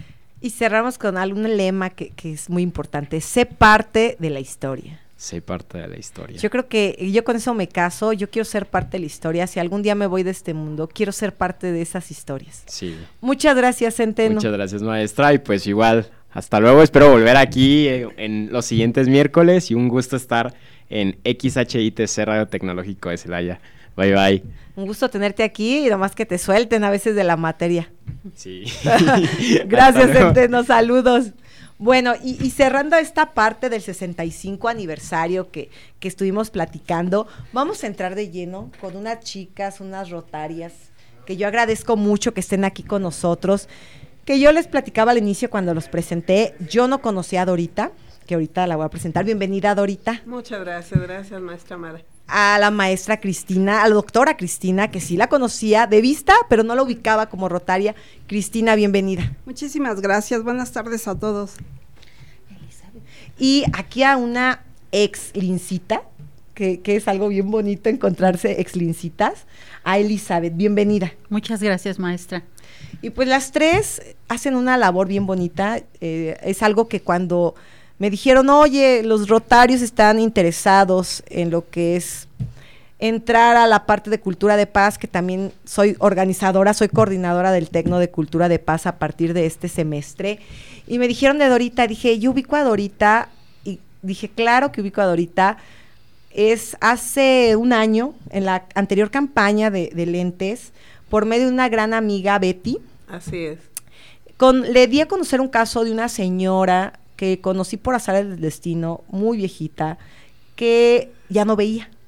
Y cerramos con algún lema que, que es muy importante, sé parte de la historia. Sé parte de la historia. Yo creo que yo con eso me caso, yo quiero ser parte de la historia. Si algún día me voy de este mundo, quiero ser parte de esas historias. Sí. Muchas gracias, Centeno. Muchas gracias, maestra, y pues igual, hasta luego. Espero volver aquí eh, en los siguientes miércoles y un gusto estar en X H I T C Radio Tecnológico de Celaya. Bye, bye. Un gusto tenerte aquí y nomás que te suelten a veces de la materia. Sí. Gracias, Hasta luego. Centeno, saludos. Bueno, y, y cerrando esta parte del sesenta y cinco aniversario que, que estuvimos platicando, vamos a entrar de lleno con unas chicas, unas rotarias, que yo agradezco mucho que estén aquí con nosotros, que yo les platicaba al inicio cuando los presenté. Yo no conocía a Dorita, que ahorita la voy a presentar. Bienvenida, Dorita. Muchas gracias, gracias, maestra Mara. A la maestra Cristina, a la doctora Cristina, que sí la conocía de vista, pero no la ubicaba como rotaria. Cristina, bienvenida. Muchísimas gracias, buenas tardes a todos. Y aquí a una ex lincita, que, que es algo bien bonito encontrarse ex lincitas, a Elizabeth, bienvenida. Muchas gracias, maestra. Y pues las tres hacen una labor bien bonita, eh, es algo que cuando me dijeron, oye, los rotarios están interesados en lo que es entrar a la parte de Cultura de Paz, que también soy organizadora, soy coordinadora del Tecno de Cultura de Paz a partir de este semestre, y me dijeron de Dorita, dije, yo ubico a Dorita, y dije, claro que ubico a Dorita. Es hace un año, en la anterior campaña de, de lentes, por medio de una gran amiga, Betty, Así es. con, le di a conocer un caso de una señora que conocí por azar del destino, muy viejita, que ya no veía.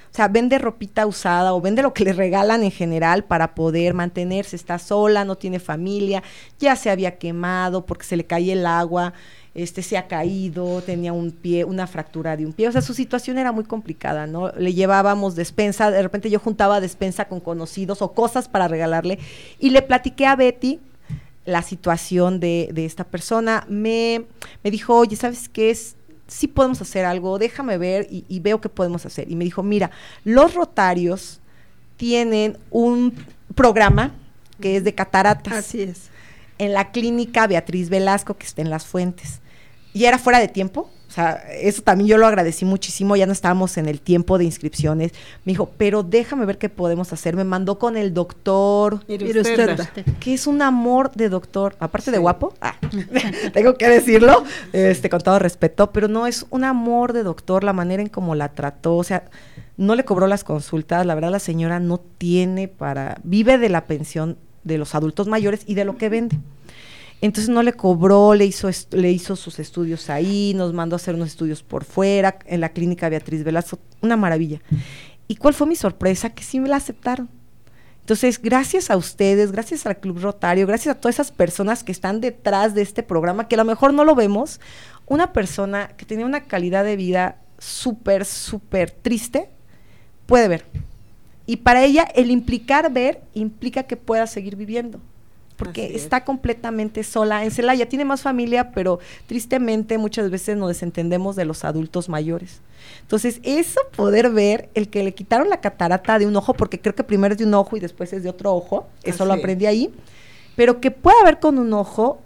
O sea, vende ropita usada o vende lo que le regalan en general para poder mantenerse. Está sola, no tiene familia, ya se había quemado porque se le caía el agua, este se ha caído, tenía un pie, una fractura de un pie. O sea, su situación era muy complicada, ¿no? Le llevábamos despensa, de repente yo juntaba despensa con conocidos o cosas para regalarle y le platiqué a Betty la situación de, de esta persona. Me, me dijo, oye, ¿sabes qué es? Sí podemos hacer algo, déjame ver y, y veo qué podemos hacer. Y me dijo, mira, los Rotarios tienen un programa que es de cataratas. Así es. En la clínica Beatriz Velasco, que está en Las Fuentes. Y era fuera de tiempo, o sea, eso también yo lo agradecí muchísimo, ya no estábamos en el tiempo de inscripciones. Me dijo, pero déjame ver qué podemos hacer. Me mandó con el doctor, Irusterda, que es un amor de doctor, aparte sí. de guapo, ah, tengo que decirlo, este, con todo respeto, pero no, es un amor de doctor, la manera en cómo la trató, o sea, no le cobró las consultas, la verdad la señora no tiene para, vive de la pensión de los adultos mayores y de lo que vende. Entonces no le cobró, le hizo est- le hizo sus estudios ahí, nos mandó a hacer unos estudios por fuera, en la clínica Beatriz Velasco, una maravilla. ¿Y cuál fue mi sorpresa? Que sí me la aceptaron. Entonces, gracias a ustedes, gracias al Club Rotario, gracias a todas esas personas que están detrás de este programa, que a lo mejor no lo vemos, una persona que tenía una calidad de vida súper, súper triste, puede ver. Y para ella, el implicar ver, implica que pueda seguir viviendo. Porque está completamente sola en Celaya, tiene más familia, pero tristemente muchas veces nos desentendemos de los adultos mayores. Entonces, eso poder ver, el que le quitaron la catarata de un ojo, porque creo que primero es de un ojo y después es de otro ojo, eso Así lo aprendí ahí, pero que pueda ver con un ojo,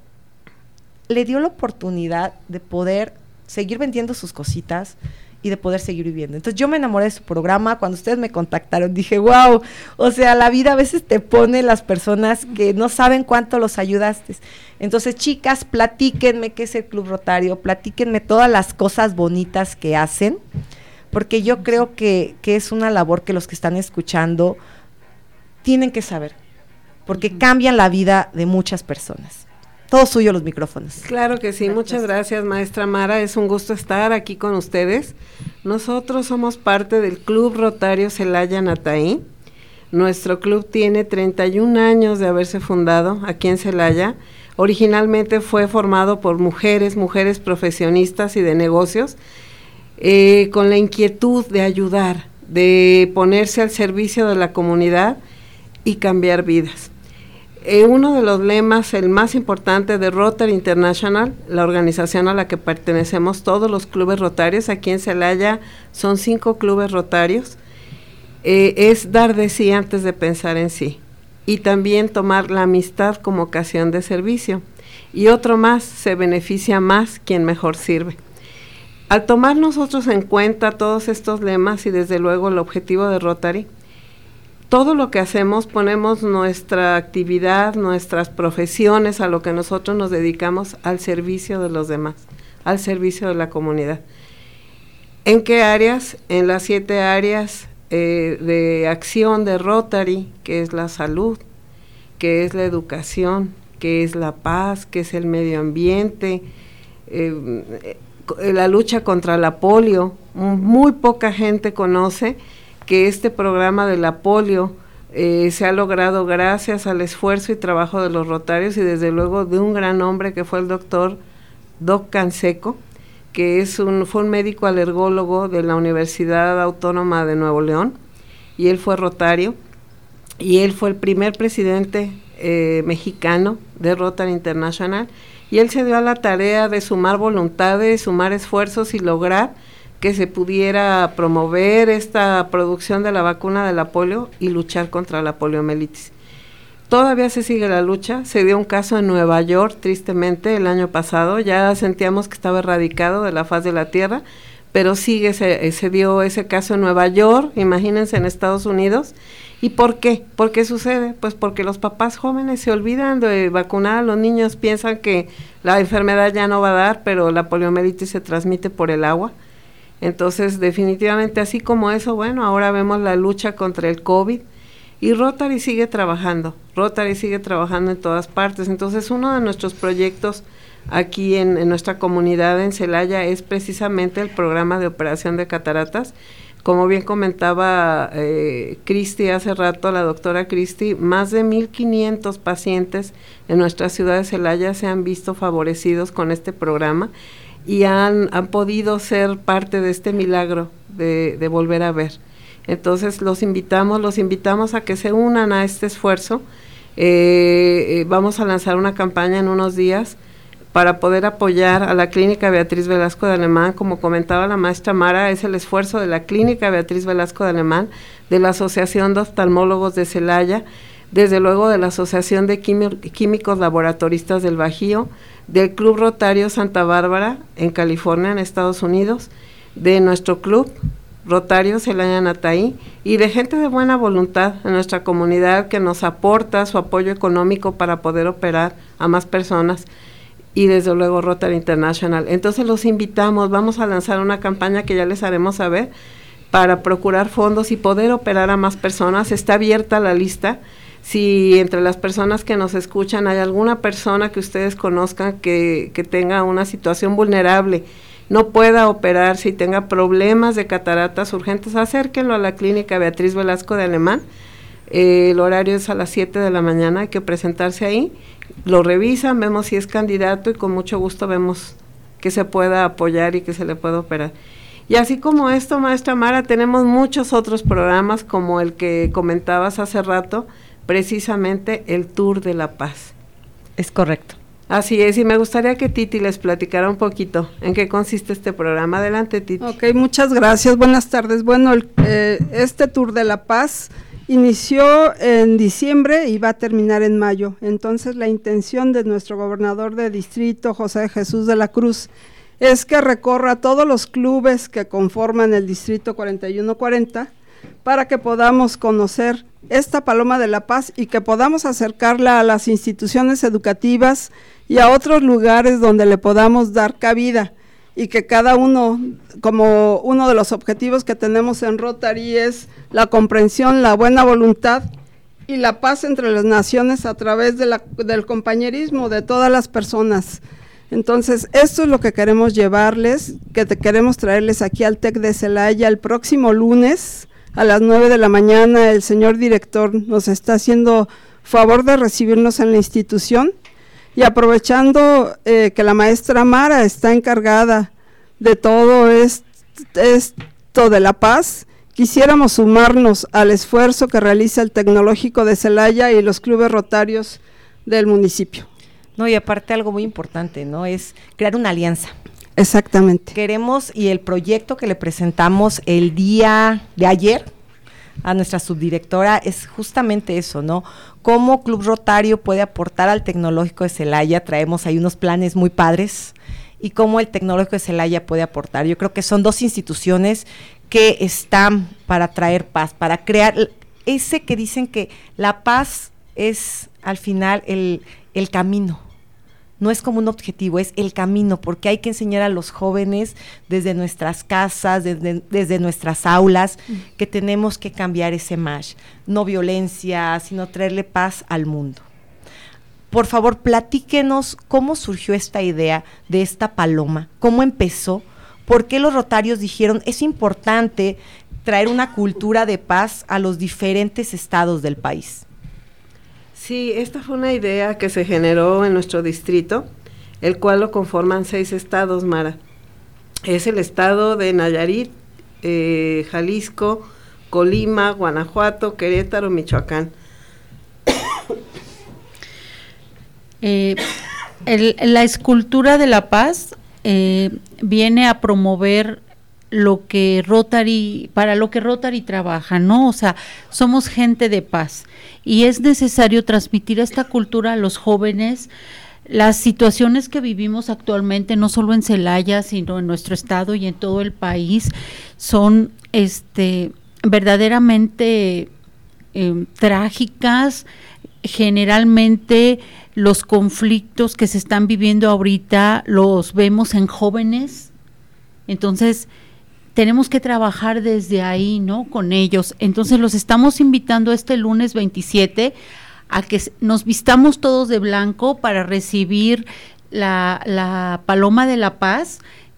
le dio la oportunidad de poder seguir vendiendo sus cositas y de poder seguir viviendo. Entonces yo me enamoré de su programa, cuando ustedes me contactaron dije, wow, o sea, la vida a veces te pone las personas que no saben cuánto los ayudaste. Entonces, chicas, platíquenme qué es el Club Rotario, platíquenme todas las cosas bonitas que hacen, porque yo creo que, que es una labor que los que están escuchando tienen que saber, porque uh-huh. cambian la vida de muchas personas. Todo suyo los micrófonos. Claro que sí, gracias. Muchas gracias, maestra Mara, es un gusto estar aquí con ustedes. Nosotros somos parte del Club Rotario Celaya Nataí. Nuestro club tiene treinta y un años de haberse fundado aquí en Celaya. Originalmente fue formado por mujeres, mujeres profesionistas y de negocios, eh, con la inquietud de ayudar, de ponerse al servicio de la comunidad y cambiar vidas. Eh, uno de los lemas, el más importante de Rotary International, la organización a la que pertenecemos todos los clubes rotarios, aquí en Celaya son cinco clubes rotarios, eh, es dar de sí antes de pensar en sí, y también tomar la amistad como ocasión de servicio, y otro más, se beneficia más quien mejor sirve. Al tomar nosotros en cuenta todos estos lemas y desde luego el objetivo de Rotary, todo lo que hacemos, ponemos nuestra actividad, nuestras profesiones, a lo que nosotros nos dedicamos, al servicio de los demás, al servicio de la comunidad. ¿En qué áreas? En las siete áreas eh, de acción de Rotary, que es la salud, que es la educación, que es la paz, que es el medio ambiente, eh, la lucha contra la polio. Muy poca gente conoce que este programa de la polio eh, se ha logrado gracias al esfuerzo y trabajo de los rotarios y desde luego de un gran hombre que fue el doctor Doc Canseco, que es un, fue un médico alergólogo de la Universidad Autónoma de Nuevo León, y él fue rotario, y él fue el primer presidente eh, mexicano de Rotary International, y él se dio a la tarea de sumar voluntades, sumar esfuerzos y lograr que se pudiera promover esta producción de la vacuna de la polio y luchar contra la poliomielitis. Todavía se sigue la lucha, se dio un caso en Nueva York, tristemente, el año pasado, ya sentíamos que estaba erradicado de la faz de la tierra, pero sigue, se, se dio ese caso en Nueva York, imagínense en Estados Unidos. ¿Y por qué? ¿Por qué sucede? Pues porque los papás jóvenes se olvidan de vacunar a los niños, piensan que la enfermedad ya no va a dar, pero la poliomielitis se transmite por el agua. Entonces, definitivamente, así como eso, bueno, ahora vemos la lucha contra el COVID y Rotary sigue trabajando, Rotary sigue trabajando en todas partes. Entonces, uno de nuestros proyectos aquí en, en nuestra comunidad en Celaya es precisamente el programa de operación de cataratas, Como bien comentaba eh, Cristi hace rato, la doctora Cristi, más de mil quinientos pacientes en nuestra ciudad de Celaya se han visto favorecidos con este programa y han, han podido ser parte de este milagro de, de volver a ver. Entonces los invitamos, los invitamos a que se unan a este esfuerzo. Eh, eh, vamos a lanzar una campaña en unos días para poder apoyar a la Clínica Beatriz Velasco de Alemán. Como comentaba la maestra Mara, es el esfuerzo de la Clínica Beatriz Velasco de Alemán, de la Asociación de Oftalmólogos de Celaya, desde luego de la Asociación de Quimi- Químicos Laboratoristas del Bajío, del Club Rotario Santa Bárbara en California, en Estados Unidos, de nuestro club Rotario Celaya Nataí y de gente de buena voluntad en nuestra comunidad que nos aporta su apoyo económico para poder operar a más personas, y desde luego Rotary International. Entonces los invitamos, vamos a lanzar una campaña que ya les haremos saber para procurar fondos y poder operar a más personas. Está abierta la lista. Si entre las personas que nos escuchan hay alguna persona que ustedes conozcan que, que tenga una situación vulnerable, no pueda operarse y tenga problemas de cataratas urgentes, acérquenlo a la Clínica Beatriz Velasco de Alemán. Eh, el horario es a las siete de la mañana, hay que presentarse ahí, lo revisan, vemos si es candidato y con mucho gusto vemos que se pueda apoyar y que se le pueda operar. Y así como esto, maestra Mara, tenemos muchos otros programas como el que comentabas hace rato, precisamente el Tour de la Paz. Es correcto. Así es, y me gustaría que Titi les platicara un poquito en qué consiste este programa. Adelante, Titi. Ok, muchas gracias, buenas tardes. Bueno, el, eh, este Tour de la Paz inició en diciembre y va a terminar en mayo. Entonces la intención de nuestro gobernador de distrito, José Jesús de la Cruz, es que recorra todos los clubes que conforman el distrito cuarenta y uno cuarenta para que podamos conocer esta Paloma de la Paz y que podamos acercarla a las instituciones educativas y a otros lugares donde le podamos dar cabida, y que cada uno, como uno de los objetivos que tenemos en Rotary es la comprensión, la buena voluntad y la paz entre las naciones a través de la, del compañerismo de todas las personas. Entonces, esto es lo que queremos llevarles, que te queremos traerles aquí al TEC de Celaya el próximo lunes a las nueve de la mañana. El señor director nos está haciendo favor de recibirnos en la institución, y aprovechando eh, que la maestra Mara está encargada de todo est esto de la paz, quisiéramos sumarnos al esfuerzo que realiza el Tecnológico de Celaya y los clubes rotarios del municipio. No, y aparte algo muy importante, ¿no? Es crear una alianza. Exactamente. Queremos, y el proyecto que le presentamos el día de ayer a nuestra subdirectora es justamente eso, ¿no? Cómo Club Rotario puede aportar al Tecnológico de Celaya. Traemos ahí unos planes muy padres, y cómo el Tecnológico de Celaya puede aportar. Yo creo que son dos instituciones que están para traer paz, para crear ese que dicen que la paz es al final el, el camino. No es como un objetivo, es el camino, porque hay que enseñar a los jóvenes desde nuestras casas, desde, desde nuestras aulas, mm. que tenemos que cambiar ese match, no violencia, sino traerle paz al mundo. Por favor, platíquenos cómo surgió esta idea de esta paloma, cómo empezó, por qué los rotarios dijeron, es importante traer una cultura de paz a los diferentes estados del país. Sí, esta fue una idea que se generó en nuestro distrito, el cual lo conforman seis estados, Mara. Es el estado de Nayarit, eh, Jalisco, Colima, Guanajuato, Querétaro, Michoacán. Eh, el, la escultura de la paz eh, viene a promover lo que Rotary, para lo que Rotary trabaja, ¿no? O sea, somos gente de paz y es necesario transmitir esta cultura a los jóvenes. Las situaciones que vivimos actualmente, no solo en Celaya, sino en nuestro estado y en todo el país, son este verdaderamente eh, trágicas. Generalmente los conflictos que se están viviendo ahorita los vemos en jóvenes, entonces tenemos que trabajar desde ahí, ¿no? Con ellos. Entonces los estamos invitando este lunes veintisiete a que nos vistamos todos de blanco para recibir la, la Paloma de la Paz,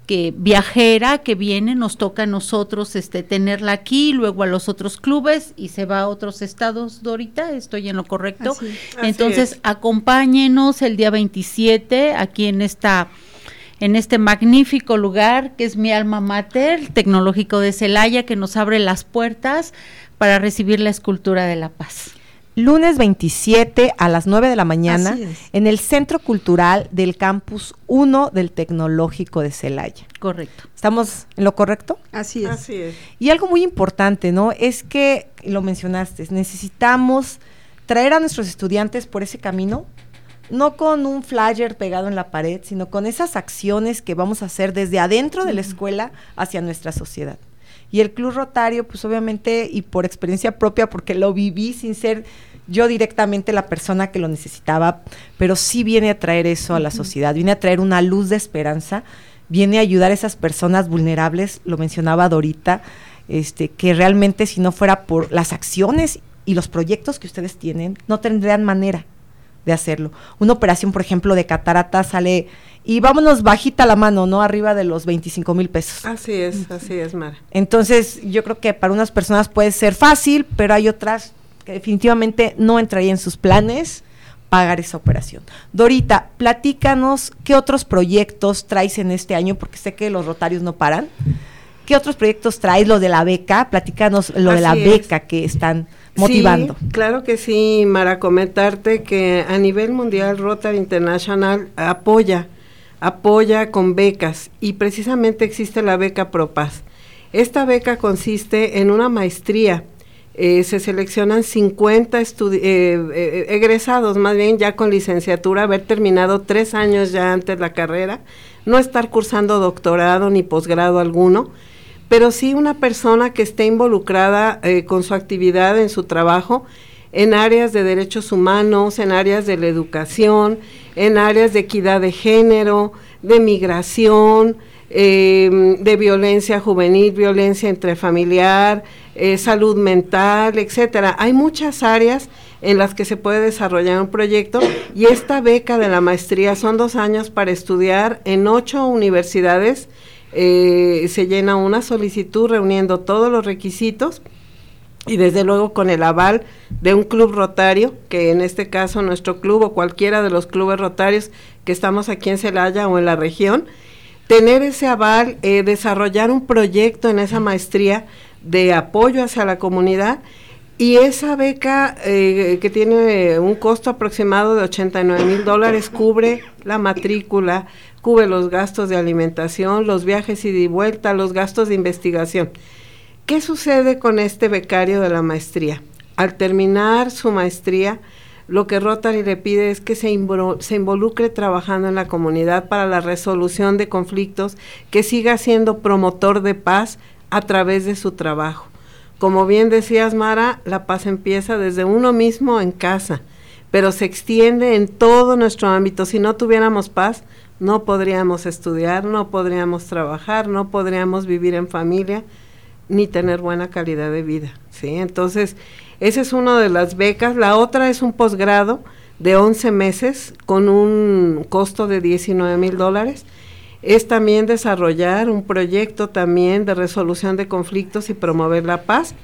que viajera, que viene, nos toca a nosotros este tenerla aquí, luego a los otros clubes y se va a otros estados, Dorita, ¿estoy en lo correcto? Así, Entonces, así es. Acompáñenos el día veintisiete aquí en esta en este magnífico lugar que es mi alma mater, el Tecnológico de Celaya, que nos abre las puertas para recibir la escultura de la paz. Lunes veintisiete a las nueve de la mañana en el Centro Cultural del Campus uno del Tecnológico de Celaya. Correcto. ¿Estamos en lo correcto? Así es. Así es. Y algo muy importante, ¿no? Es que, lo mencionaste, necesitamos traer a nuestros estudiantes por ese camino, no con un flyer pegado en la pared, sino con esas acciones que vamos a hacer desde adentro de la escuela hacia nuestra sociedad. Y el Club Rotario, pues obviamente, y por experiencia propia, porque lo viví sin ser yo directamente la persona que lo necesitaba, pero sí viene a traer eso a la sociedad, viene a traer una luz de esperanza, viene a ayudar a esas personas vulnerables, lo mencionaba Dorita, este, que realmente si no fuera por las acciones y los proyectos que ustedes tienen, no tendrían manera de hacerlo. Una operación, por ejemplo, de catarata sale, y vámonos bajita la mano, ¿no? Arriba de los veinticinco mil pesos. Así es, así es, Mara. Entonces, yo creo que para unas personas puede ser fácil, pero hay otras que definitivamente no entraría en sus planes pagar esa operación. Dorita, platícanos qué otros proyectos traes en este año, porque sé que los rotarios no paran. ¿Qué otros proyectos traes? Lo de la beca, platícanos lo Así de la es. beca que están motivando. Sí, claro que sí, Mara, comentarte que a nivel mundial Rotary International apoya, apoya con becas, y precisamente existe la beca ProPaz. Esta beca consiste en una maestría, eh, se seleccionan cincuenta estudi- eh, eh, egresados, más bien ya con licenciatura, haber terminado tres años ya antes la carrera, no estar cursando doctorado ni posgrado alguno, pero sí una persona que esté involucrada eh, con su actividad en su trabajo en áreas de derechos humanos, en áreas de la educación, en áreas de equidad de género, de migración, eh, de violencia juvenil, violencia intrafamiliar, eh, salud mental, etcétera. Hay muchas áreas en las que se puede desarrollar un proyecto, y esta beca de la maestría son dos años para estudiar en ocho universidades. Eh, se llena una solicitud reuniendo todos los requisitos y desde luego con el aval de un club rotario, que en este caso nuestro club o cualquiera de los clubes rotarios que estamos aquí en Celaya o en la región, tener ese aval, eh, desarrollar un proyecto en esa maestría de apoyo hacia la comunidad, y esa beca eh, que tiene un costo aproximado de ochenta y nueve mil dólares cubre la matrícula, cubre los gastos de alimentación, los viajes ida y vuelta, los gastos de investigación. ¿Qué sucede con este becario de la maestría? Al terminar su maestría, lo que Rotary le pide es que se, invol- se involucre trabajando en la comunidad para la resolución de conflictos, que siga siendo promotor de paz a través de su trabajo. Como bien decías, Mara, la paz empieza desde uno mismo en casa, pero se extiende en todo nuestro ámbito. Si no tuviéramos paz, no podríamos estudiar, no podríamos trabajar, no podríamos vivir en familia, ni tener buena calidad de vida, ¿sí? Entonces, esa es una de las becas. La otra es un posgrado de once meses con un costo de diecinueve mil dólares. Es también desarrollar un proyecto también de resolución de conflictos y promover la paz.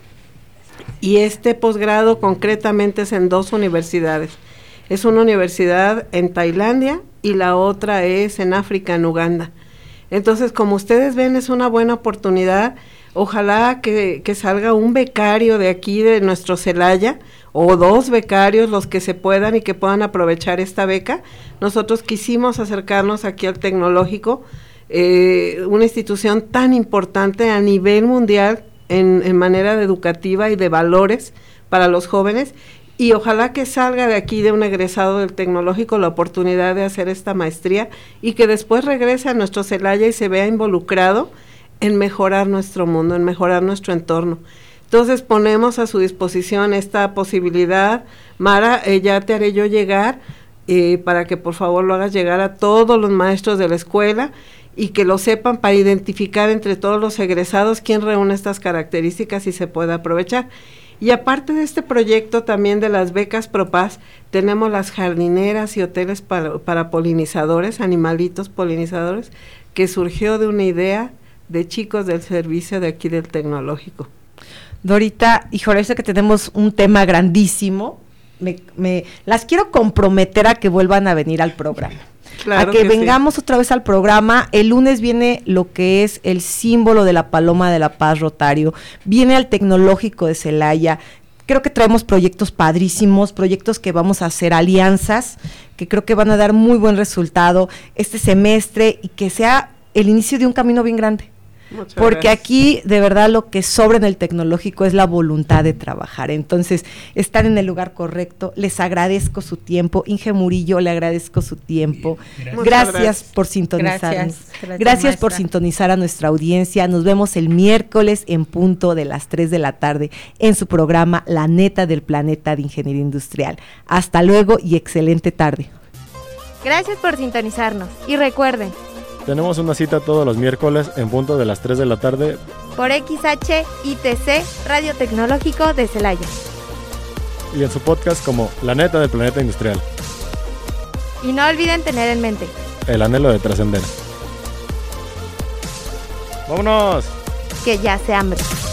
Y este posgrado concretamente es en dos universidades. Es una universidad en Tailandia y la otra es en África, en Uganda. Entonces, como ustedes ven, es una buena oportunidad. Ojalá que, que salga un becario de aquí, de nuestro Celaya, o dos becarios, los que se puedan y que puedan aprovechar esta beca. Nosotros quisimos acercarnos aquí al Tecnológico, eh, una institución tan importante a nivel mundial en, en manera de educativa y de valores para los jóvenes, y ojalá que salga de aquí, de un egresado del Tecnológico, la oportunidad de hacer esta maestría y que después regrese a nuestro Celaya y se vea involucrado en mejorar nuestro mundo, en mejorar nuestro entorno. Entonces ponemos a su disposición esta posibilidad. Mara, eh, ya te haré yo llegar eh, para que por favor lo hagas llegar a todos los maestros de la escuela y que lo sepan, para identificar entre todos los egresados quién reúne estas características y se pueda aprovechar. Y aparte de este proyecto también de las becas ProPaz, tenemos las jardineras y hoteles para, para polinizadores, animalitos polinizadores, que surgió de una idea de chicos del servicio de aquí del Tecnológico. Dorita, híjole, sé que tenemos un tema grandísimo, me, me las quiero comprometer a que vuelvan a venir al programa. Claro a que, que vengamos sí. otra vez al programa. El lunes viene lo que es el símbolo de la Paloma de la Paz Rotario, viene al Tecnológico de Celaya. Creo que traemos proyectos padrísimos, proyectos que vamos a hacer alianzas, que creo que van a dar muy buen resultado este semestre y que sea el inicio de un camino bien grande. Muchas Porque gracias. aquí de verdad lo que sobra en el Tecnológico es la voluntad de trabajar. Entonces, están en el lugar correcto. Les agradezco su tiempo. Inge Murillo, le agradezco su tiempo. Gracias. Gracias, gracias. por sintonizarnos. Gracias, Gracias, gracias, por maestra. sintonizar a nuestra audiencia. Nos vemos el miércoles en punto de las tres de la tarde en su programa La Neta del Planeta de Ingeniería Industrial. Hasta luego y excelente tarde. Gracias por sintonizarnos. Y recuerden, tenemos una cita todos los miércoles en punto de las tres de la tarde por X H I T C Radio Tecnológico de Celaya. y en su podcast como La Neta del Planeta Industrial, Y no olviden tener en mente, el anhelo de trascender. ¡Vámonos! que ya se hambre.